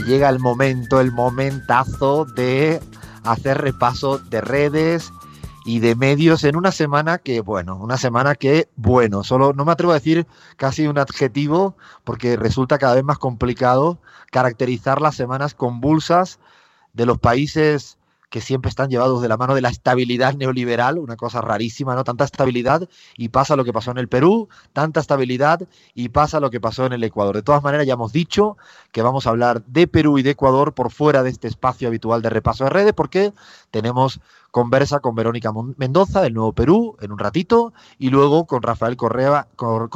llega el momentazo de hacer repaso de redes y de medios en una semana que, solo no me atrevo a decir casi un adjetivo porque resulta cada vez más complicado caracterizar las semanas convulsas de los países que siempre están llevados de la mano de la estabilidad neoliberal, una cosa rarísima, ¿no? Tanta estabilidad y pasa lo que pasó en el Perú, tanta estabilidad y pasa lo que pasó en el Ecuador. De todas maneras, ya hemos dicho que vamos a hablar de Perú y de Ecuador por fuera de este espacio habitual de repaso de redes, porque tenemos conversa con Verónica Mendoza del Nuevo Perú en un ratito y luego con Rafael Correa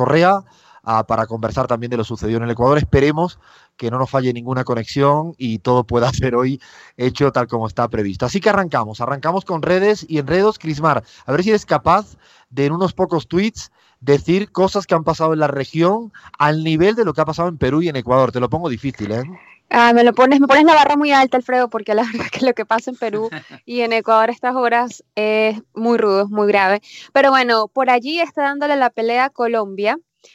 para conversar también de lo sucedido en el Ecuador. Esperemos que no nos falle ninguna conexión y todo pueda ser hoy hecho tal como está previsto. Así que arrancamos con redes y enredos. Crismar, a ver si eres capaz de en unos pocos tweets decir cosas que han pasado en la región al nivel de lo que ha pasado en Perú y en Ecuador. Te lo pongo difícil, ¿eh? Me pones la barra muy alta, Alfredo, porque la verdad es que lo que pasa en Perú y en Ecuador a estas horas es muy rudo, es muy grave. Pero bueno, por allí está dándole la pelea a Colombia,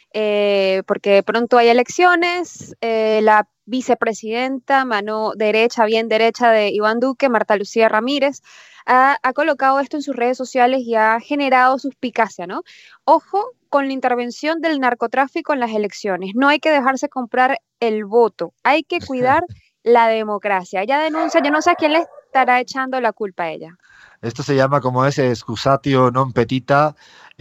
porque pronto hay elecciones. La vicepresidenta, mano derecha, bien derecha de Iván Duque, Marta Lucía Ramírez, ha colocado esto en sus redes sociales y ha generado suspicacia, ¿no? Ojo con la intervención del narcotráfico en las elecciones. No hay que dejarse comprar el voto, hay que cuidar la democracia. Ella denuncia, yo no sé a quién le estará echando la culpa a ella. Esto se llama como es excusatio non petita,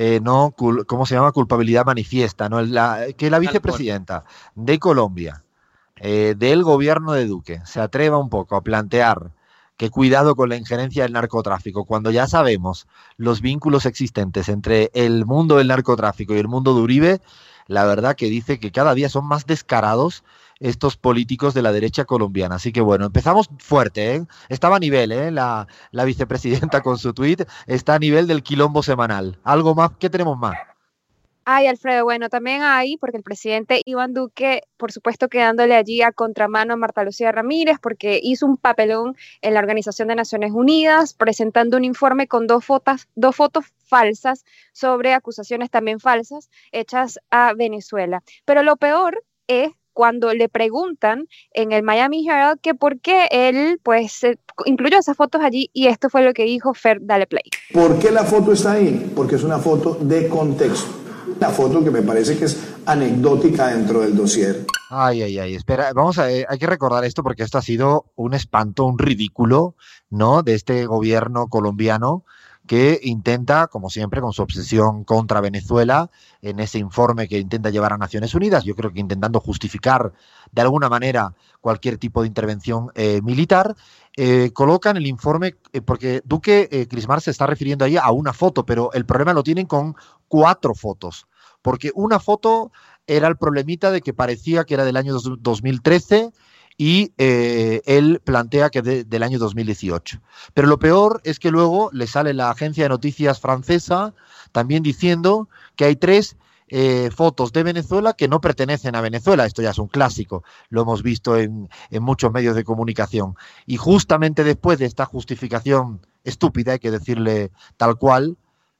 ¿cómo se llama? Culpabilidad manifiesta, ¿no? Que la vicepresidenta de Colombia, del gobierno de Duque, se atreva un poco a plantear que cuidado con la injerencia del narcotráfico, cuando ya sabemos los vínculos existentes entre el mundo del narcotráfico y el mundo de Uribe, la verdad que dice que cada día son más descarados estos políticos de la derecha colombiana. Así que bueno, empezamos fuerte, ¿eh? Estaba a nivel, ¿eh? La vicepresidenta con su tuit está a nivel del quilombo semanal. ¿Algo más? ¿Qué tenemos más? Ay, Alfredo, bueno, también hay, porque el presidente Iván Duque, por supuesto, quedándole allí a contramano a Marta Lucía Ramírez, porque hizo un papelón en la Organización de Naciones Unidas, presentando un informe con dos fotos falsas sobre acusaciones también falsas hechas a Venezuela. Pero lo peor es cuando le preguntan en el Miami Herald que por qué él pues incluyó esas fotos allí, y esto fue lo que dijo Fer, dale play. ¿Por qué la foto está ahí? Porque es una foto de contexto. La foto que me parece que es anecdótica dentro del dossier. Ay, espera, hay que recordar esto porque esto ha sido un espanto, un ridículo, ¿no? De este gobierno colombiano que intenta, como siempre, con su obsesión contra Venezuela, en ese informe que intenta llevar a Naciones Unidas, yo creo que intentando justificar de alguna manera cualquier tipo de intervención militar, colocan el informe, porque Duque, Crismar se está refiriendo ahí a una foto, pero el problema lo tienen con 4 fotos, porque una foto era el problemita de que parecía que era del año 2013 y él plantea que del año 2018. Pero lo peor es que luego le sale la agencia de noticias francesa también diciendo que hay 3 fotos de Venezuela que no pertenecen a Venezuela. Esto ya es un clásico, lo hemos visto en muchos medios de comunicación. Y justamente después de esta justificación estúpida, hay que decirle tal cual,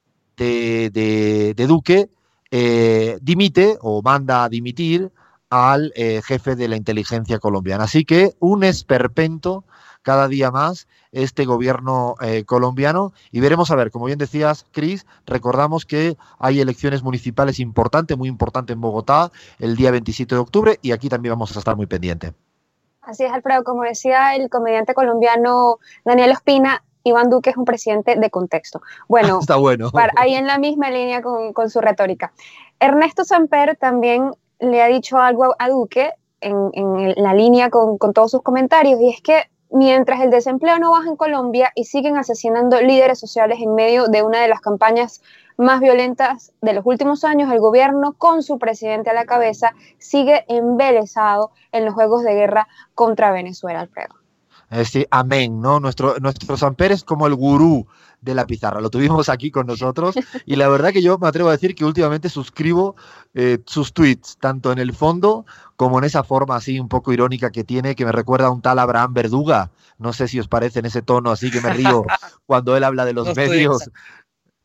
de Duque, dimite o manda a dimitir al jefe de la inteligencia colombiana. Así que un esperpento cada día más este gobierno colombiano, y veremos a ver, como bien decías, Cris, recordamos que hay elecciones municipales importantes, muy importantes en Bogotá el día 27 de octubre y aquí también vamos a estar muy pendientes. Así es, Alfredo, como decía el comediante colombiano Daniel Ospina, Iván Duque es un presidente de contexto. Bueno, está bueno. Ahí en la misma línea con su retórica. Ernesto Samper también le ha dicho algo a Duque en la línea con todos sus comentarios, y es que mientras el desempleo no baja en Colombia y siguen asesinando líderes sociales en medio de una de las campañas más violentas de los últimos años, el gobierno, con su presidente a la cabeza, sigue embelesado en los juegos de guerra contra Venezuela, Alfredo. Sí, amén, ¿no? Nuestro Samper es como el gurú de la pizarra, lo tuvimos aquí con nosotros y la verdad que yo me atrevo a decir que últimamente suscribo sus tweets, tanto en el fondo como en esa forma así un poco irónica que tiene, que me recuerda a un tal Abraham Verduga. No sé si os parece en ese tono así que me río cuando él habla de los medios.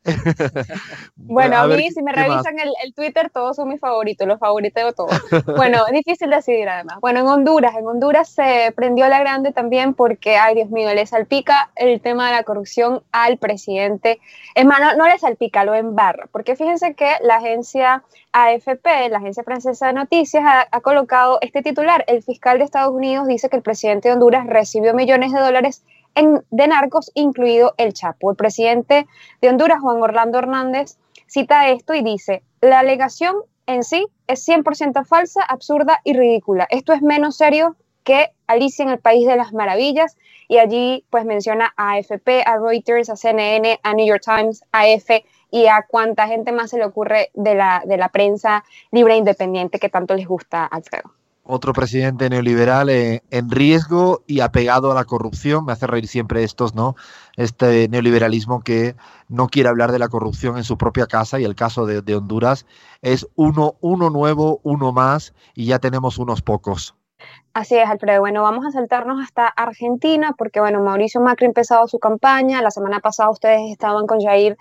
Bueno, a ver, mí, si me ¿qué más? revisan el Twitter, todos son mis favoritos, los favoriteo todos. Bueno, es difícil decidir además. Bueno, en Honduras se prendió la grande también porque, ay Dios mío, le salpica el tema de la corrupción al presidente. Es más, no le salpica, lo embarra, porque fíjense que la agencia AFP, la agencia francesa de noticias, ha colocado este titular. El fiscal de Estados Unidos dice que el presidente de Honduras recibió millones de dólares de narcos, incluido el Chapo. El presidente de Honduras, Juan Orlando Hernández, cita esto y dice: la alegación en sí es 100% falsa, absurda y ridícula. Esto es menos serio que Alicia en el País de las Maravillas. Y allí pues menciona a AFP, a Reuters, a CNN, a New York Times, a EFE y a cuánta gente más se le ocurre de la prensa libre e independiente que tanto les gusta, Alfredo. Otro presidente neoliberal en riesgo y apegado a la corrupción. Me hace reír siempre estos, ¿no? Este neoliberalismo que no quiere hablar de la corrupción en su propia casa, y el caso de Honduras es uno nuevo, uno más, y ya tenemos unos pocos. Así es, Alfredo. Bueno, vamos a saltarnos hasta Argentina porque, bueno, Mauricio Macri ha empezado su campaña. La semana pasada ustedes estaban con Jair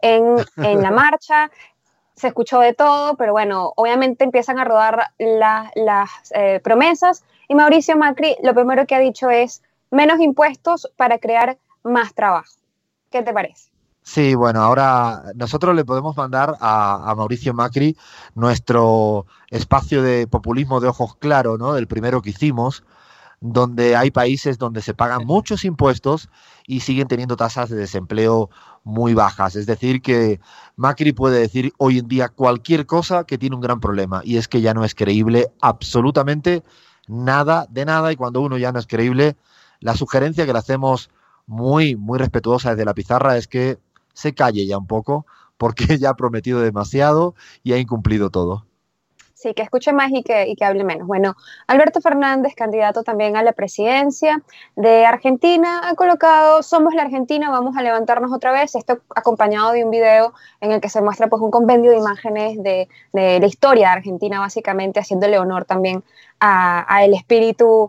en la marcha. Se escuchó de todo, pero bueno, obviamente empiezan a rodar las promesas y Mauricio Macri lo primero que ha dicho es menos impuestos para crear más trabajo. ¿Qué te parece? Sí, bueno, ahora nosotros le podemos mandar a Mauricio Macri nuestro espacio de populismo de ojos claros, ¿no? Del primero que hicimos, donde hay países donde se pagan muchos impuestos y siguen teniendo tasas de desempleo muy bajas. Es decir, que Macri puede decir hoy en día cualquier cosa que tiene un gran problema, y es que ya no es creíble absolutamente nada de nada, y cuando uno ya no es creíble, la sugerencia que le hacemos muy respetuosa desde la pizarra es que se calle ya un poco, porque ya ha prometido demasiado y ha incumplido todo. Sí, que escuche más y que hable menos. Bueno, Alberto Fernández, candidato también a la presidencia de Argentina, ha colocado: somos la Argentina, vamos a levantarnos otra vez. Esto acompañado de un video en el que se muestra pues un compendio de imágenes de la historia de Argentina, básicamente haciéndole honor también a el espíritu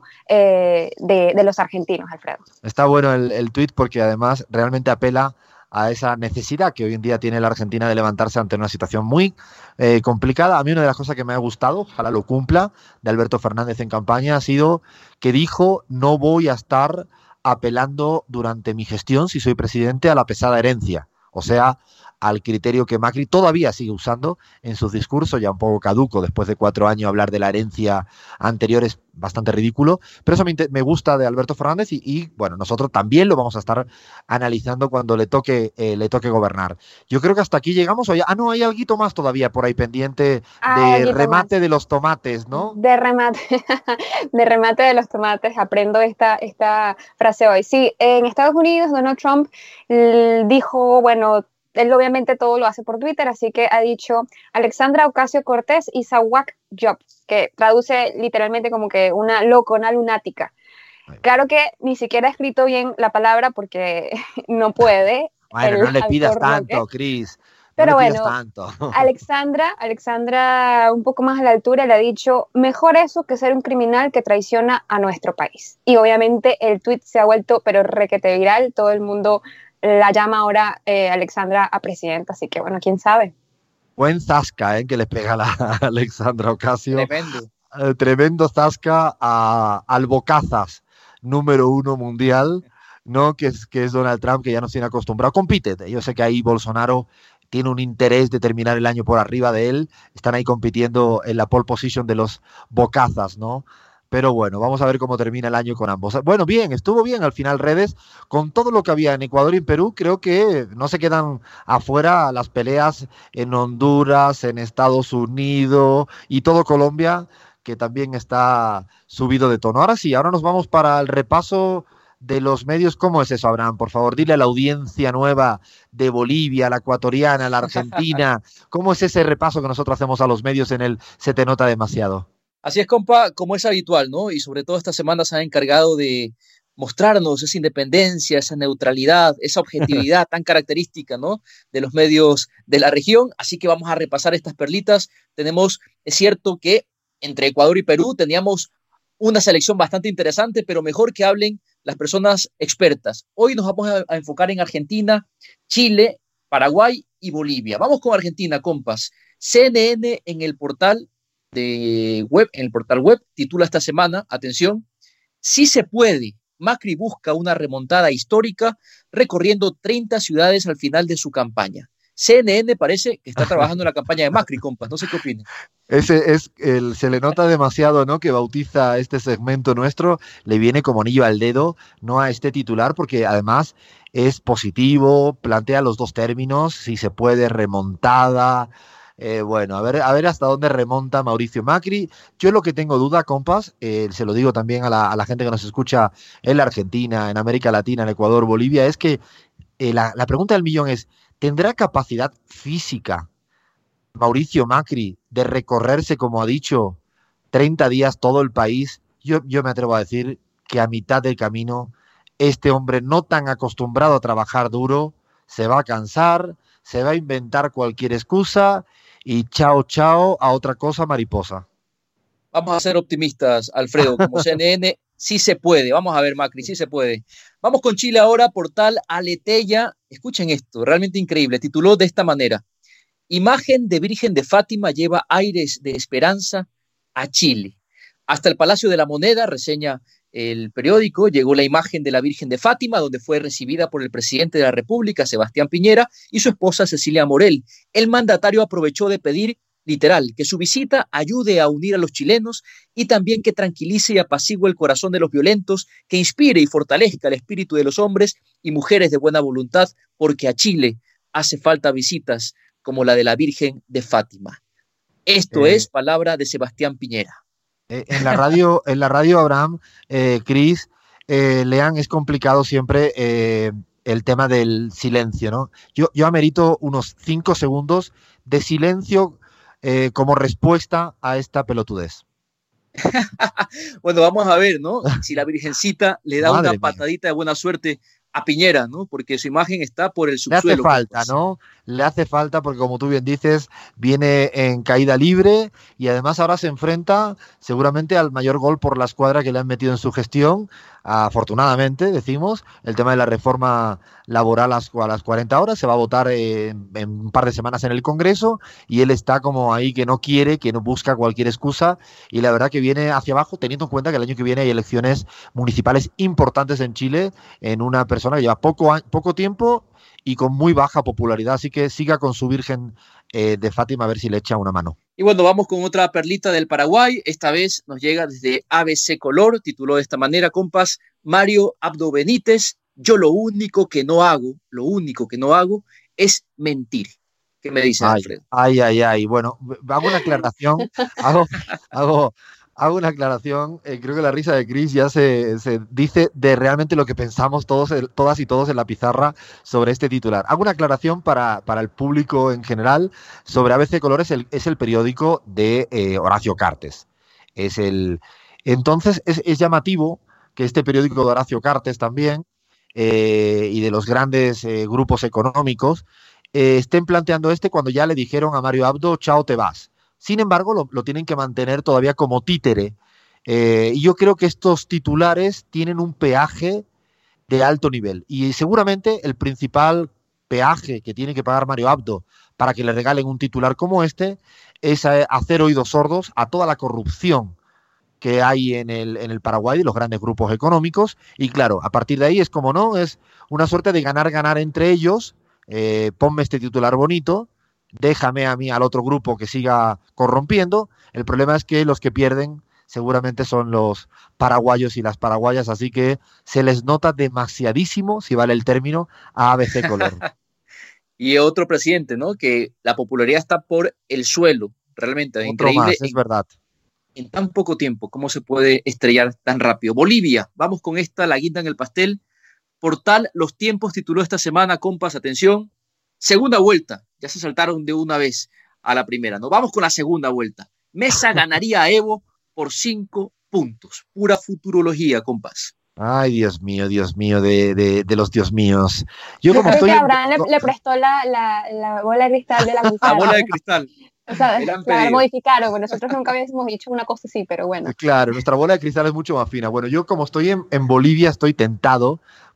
de los argentinos, Alfredo. Está bueno el tuit porque además realmente apela a esa necesidad que hoy en día tiene la Argentina de levantarse ante una situación muy complicada. A mí una de las cosas que me ha gustado, ojalá lo cumpla, de Alberto Fernández en campaña ha sido que dijo: no voy a estar apelando durante mi gestión, si soy presidente, a la pesada herencia. O sea, al criterio que Macri todavía sigue usando en sus discursos, ya un poco caduco después de 4 años. Hablar de la herencia anterior es bastante ridículo, pero eso me gusta de Alberto Fernández, y bueno, nosotros también lo vamos a estar analizando cuando le toque gobernar. Yo creo que hasta aquí llegamos. No, hay algo más todavía por ahí pendiente de remate de los tomates, ¿no? De remate, de remate de los tomates, aprendo esta frase hoy. Sí, en Estados Unidos Donald Trump dijo, bueno, él obviamente todo lo hace por Twitter, así que ha dicho: Alexandra Ocasio-Cortez is a whack job, que traduce literalmente como que una loca, una lunática. Claro que ni siquiera ha escrito bien la palabra porque no puede. Bueno, no le pidas tanto, Cris. No pero le pidas bueno, tanto. Alexandra, un poco más a la altura, le ha dicho: mejor eso que ser un criminal que traiciona a nuestro país. Y obviamente el tweet se ha vuelto pero requete viral, todo el mundo la llama ahora Alexandra a presidenta, así que bueno, quién sabe. Buen zasca, que le pega a Alexandra Ocasio. Tremendo. Tremendo zasca al bocazas número 1 mundial, ¿no? Que es Donald Trump, que ya nos tiene acostumbrado. Compite. Yo sé que ahí Bolsonaro tiene un interés de terminar el año por arriba de él. Están ahí compitiendo en la pole position de los bocazas, ¿no? Pero bueno, vamos a ver cómo termina el año con ambos. Bueno, bien, estuvo bien al final redes, con todo lo que había en Ecuador y en Perú. Creo que no se quedan afuera las peleas en Honduras, en Estados Unidos y todo Colombia, que también está subido de tono. Ahora sí, ahora nos vamos para el repaso de los medios. ¿Cómo es eso, Abraham? Por favor, dile a la audiencia nueva de Bolivia, la ecuatoriana, la argentina, ¿cómo es ese repaso que nosotros hacemos a los medios en el Se Te Nota Demasiado? Así es, compa, como es habitual, ¿no? Y sobre todo esta semana se han encargado de mostrarnos esa independencia, esa neutralidad, esa objetividad tan característica, ¿no? De los medios de la región. Así que vamos a repasar estas perlitas. Es cierto que entre Ecuador y Perú teníamos una selección bastante interesante, pero mejor que hablen las personas expertas. Hoy nos vamos a enfocar en Argentina, Chile Paraguay y Bolivia. Vamos con Argentina, compas. CNN en el portal web titula esta semana, atención, sí se puede. Macri busca una remontada histórica recorriendo 30 ciudades al final de su campaña. CNN parece que está trabajando en la campaña de Macri, compas. No sé qué opinan. Se le nota demasiado, ¿no? Que bautiza este segmento nuestro, le viene como anillo al dedo, ¿no? A este titular, porque además es positivo, plantea los dos términos, si se puede, remontada. Bueno, a ver hasta dónde remonta Mauricio Macri. Yo lo que tengo duda, compas, se lo digo también a la gente que nos escucha en la Argentina, en América Latina, en Ecuador, Bolivia, es que la pregunta del millón es, ¿tendrá capacidad física Mauricio Macri de recorrerse, como ha dicho, 30 días todo el país? Yo me atrevo a decir que a mitad del camino este hombre, no tan acostumbrado a trabajar duro, se va a cansar, se va a inventar cualquier excusa y chao, chao, a otra cosa mariposa. Vamos a ser optimistas, Alfredo, como CNN, sí se puede. Vamos a ver, Macri, sí se puede. Vamos con Chile ahora, portal Aleteya. Escuchen esto, realmente increíble. Tituló de esta manera: Imagen de Virgen de Fátima lleva aires de esperanza a Chile. Hasta el Palacio de la Moneda, reseña el periódico, llegó la imagen de la Virgen de Fátima, donde fue recibida por el presidente de la República, Sebastián Piñera, y su esposa Cecilia Morel. El mandatario aprovechó de pedir, literal, que su visita ayude a unir a los chilenos y también que tranquilice y apacigüe el corazón de los violentos, que inspire y fortalezca el espíritu de los hombres y mujeres de buena voluntad, porque a Chile hace falta visitas como la de la Virgen de Fátima. Esto es palabra de Sebastián Piñera. En la radio, Abraham, Cris, Lean, es complicado siempre el tema del silencio, ¿no? Yo amerito unos 5 segundos de silencio como respuesta a esta pelotudez. Bueno, vamos a ver, ¿no? Si la Virgencita le da Madre una patadita de buena suerte a Piñera, ¿no? Porque su imagen está por el subsuelo. Le hace falta, ¿no? Le hace falta porque, como tú bien dices, viene en caída libre y además ahora se enfrenta seguramente al mayor gol por la escuadra que le han metido en su gestión. Afortunadamente, decimos, el tema de la reforma laboral a las 40 horas se va a votar en un par de semanas en el Congreso y él está como ahí que no quiere, que no busca cualquier excusa y la verdad que viene hacia abajo, teniendo en cuenta que el año que viene hay elecciones municipales importantes en Chile, en una persona que lleva poco tiempo y con muy baja popularidad, así que siga con su Virgen de Fátima a ver si le echa una mano. Y bueno, vamos con otra perlita del Paraguay, esta vez nos llega desde ABC Color, tituló de esta manera, compas, Mario Abdo Benítez: yo lo único que no hago es mentir. ¿Qué me dice, Alfredo? Bueno, hago una aclaración, hago una aclaración, creo que la risa de Cris ya se dice de realmente lo que pensamos todas y todos en la pizarra sobre este titular. Hago una aclaración para el público en general sobre ABC Color, es el periódico de Horacio Cartes. Entonces es llamativo que este periódico de Horacio Cartes también y de los grandes grupos económicos estén planteando cuando ya le dijeron a Mario Abdo, chao, te vas. Sin embargo, lo tienen que mantener todavía como títere. Y yo creo que estos titulares tienen un peaje de alto nivel. Y seguramente el principal peaje que tiene que pagar Mario Abdo para que le regalen un titular como este es hacer oídos sordos a toda la corrupción que hay en el Paraguay de los grandes grupos económicos. Y claro, a partir de ahí es como no, es una suerte de ganar entre ellos. Ponme este titular bonito, déjame a mí al otro grupo que siga corrompiendo. El problema es que los que pierden seguramente son los paraguayos y las paraguayas, así que se les nota demasiadísimo, si vale el término, a ABC Color. Y otro presidente, ¿no? Que la popularidad está por el suelo, realmente. Otro increíble. Más, es verdad. En tan poco tiempo, ¿cómo se puede estrellar tan rápido? Bolivia, vamos con esta, la guinda en el pastel. Portal Los Tiempos tituló esta semana, compas, atención, segunda vuelta. Ya se saltaron de una vez a la primera. Nos vamos con la segunda vuelta. Mesa ganaría a Evo por 5 puntos. Pura futurología, compas. Ay, Dios mío, de los Dios míos. Yo creo que Abraham le prestó la bola de cristal de la mujer. La bola de cristal. O sea, la modificaron, porque nosotros nunca habíamos dicho una cosa así, pero bueno. Claro, nuestra bola de cristal es mucho más fina. Bueno, yo como estoy en Bolivia, estoy tentado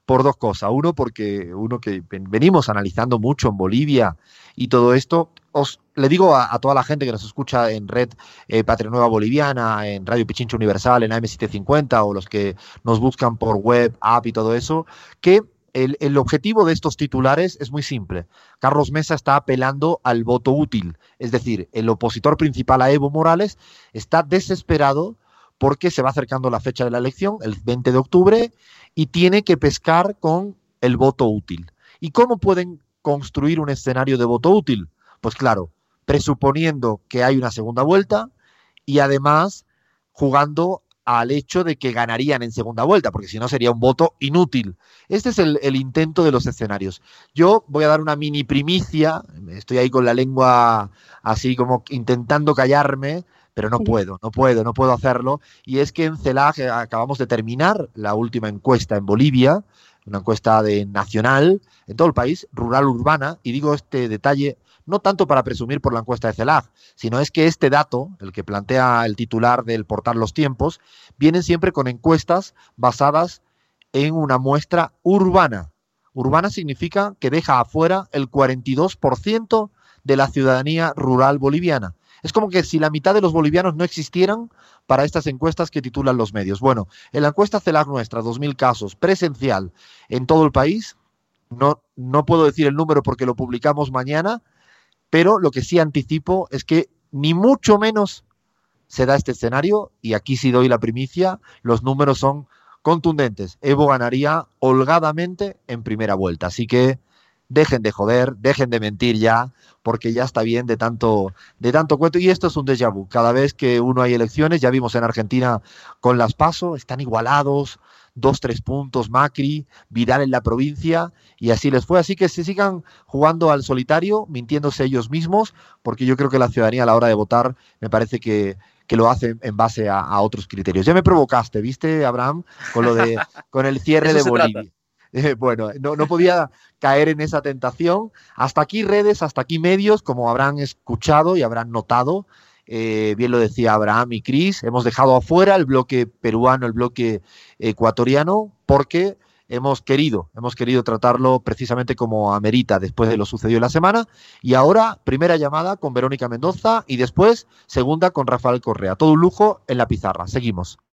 por dos cosas. Uno, porque que venimos analizando mucho en Bolivia y todo esto. Le digo a toda la gente que nos escucha en Red Patria Nueva Boliviana, en Radio Pichincha Universal, en AM750 o los que nos buscan por web, app y todo eso, que el objetivo de estos titulares es muy simple. Carlos Mesa está apelando al voto útil, es decir, el opositor principal a Evo Morales está desesperado porque se va acercando la fecha de la elección, el 20 de octubre, y tiene que pescar con el voto útil. ¿Y cómo pueden construir un escenario de voto útil? Pues claro, presuponiendo que hay una segunda vuelta y además jugando al hecho de que ganarían en segunda vuelta, porque si no sería un voto inútil. Este es el intento de los escenarios. Yo voy a dar una mini primicia, estoy ahí con la lengua así como intentando callarme, pero no puedo hacerlo, y es que en CELAC acabamos de terminar la última encuesta en Bolivia, una encuesta nacional en todo el país, rural-urbana, y digo este detalle no tanto para presumir por la encuesta de CELAC, sino es que este dato, el que plantea el titular del portal Los Tiempos, vienen siempre con encuestas basadas en una muestra urbana. Urbana significa que deja afuera el 42% de la ciudadanía rural boliviana. Es como que si la mitad de los bolivianos no existieran para estas encuestas que titulan los medios. Bueno, en la encuesta CELAC nuestra, 2.000 casos, presencial en todo el país, no puedo decir el número porque lo publicamos mañana, pero lo que sí anticipo es que ni mucho menos se da este escenario, y aquí sí doy la primicia, los números son contundentes. Evo ganaría holgadamente en primera vuelta, así que dejen de joder, dejen de mentir ya, porque ya está bien de tanto cuento, y esto es un déjà vu. Cada vez que uno hay elecciones, ya vimos en Argentina con las PASO, están igualados, 2-3 puntos Macri, Vidal en la provincia, y así les fue. Así que se sigan jugando al solitario, mintiéndose ellos mismos, porque yo creo que la ciudadanía a la hora de votar me parece que lo hace en base a otros criterios. Ya me provocaste, ¿viste, Abraham? Con el cierre de Bolivia. Bueno, no podía caer en esa tentación. Hasta aquí redes, hasta aquí medios, como habrán escuchado y habrán notado. Bien lo decía Abraham y Cris, hemos dejado afuera el bloque peruano, el bloque ecuatoriano, porque hemos querido tratarlo precisamente como amerita después de lo sucedido en la semana. Y ahora, primera llamada con Verónica Mendoza y después segunda con Rafael Correa. Todo un lujo en la pizarra. Seguimos.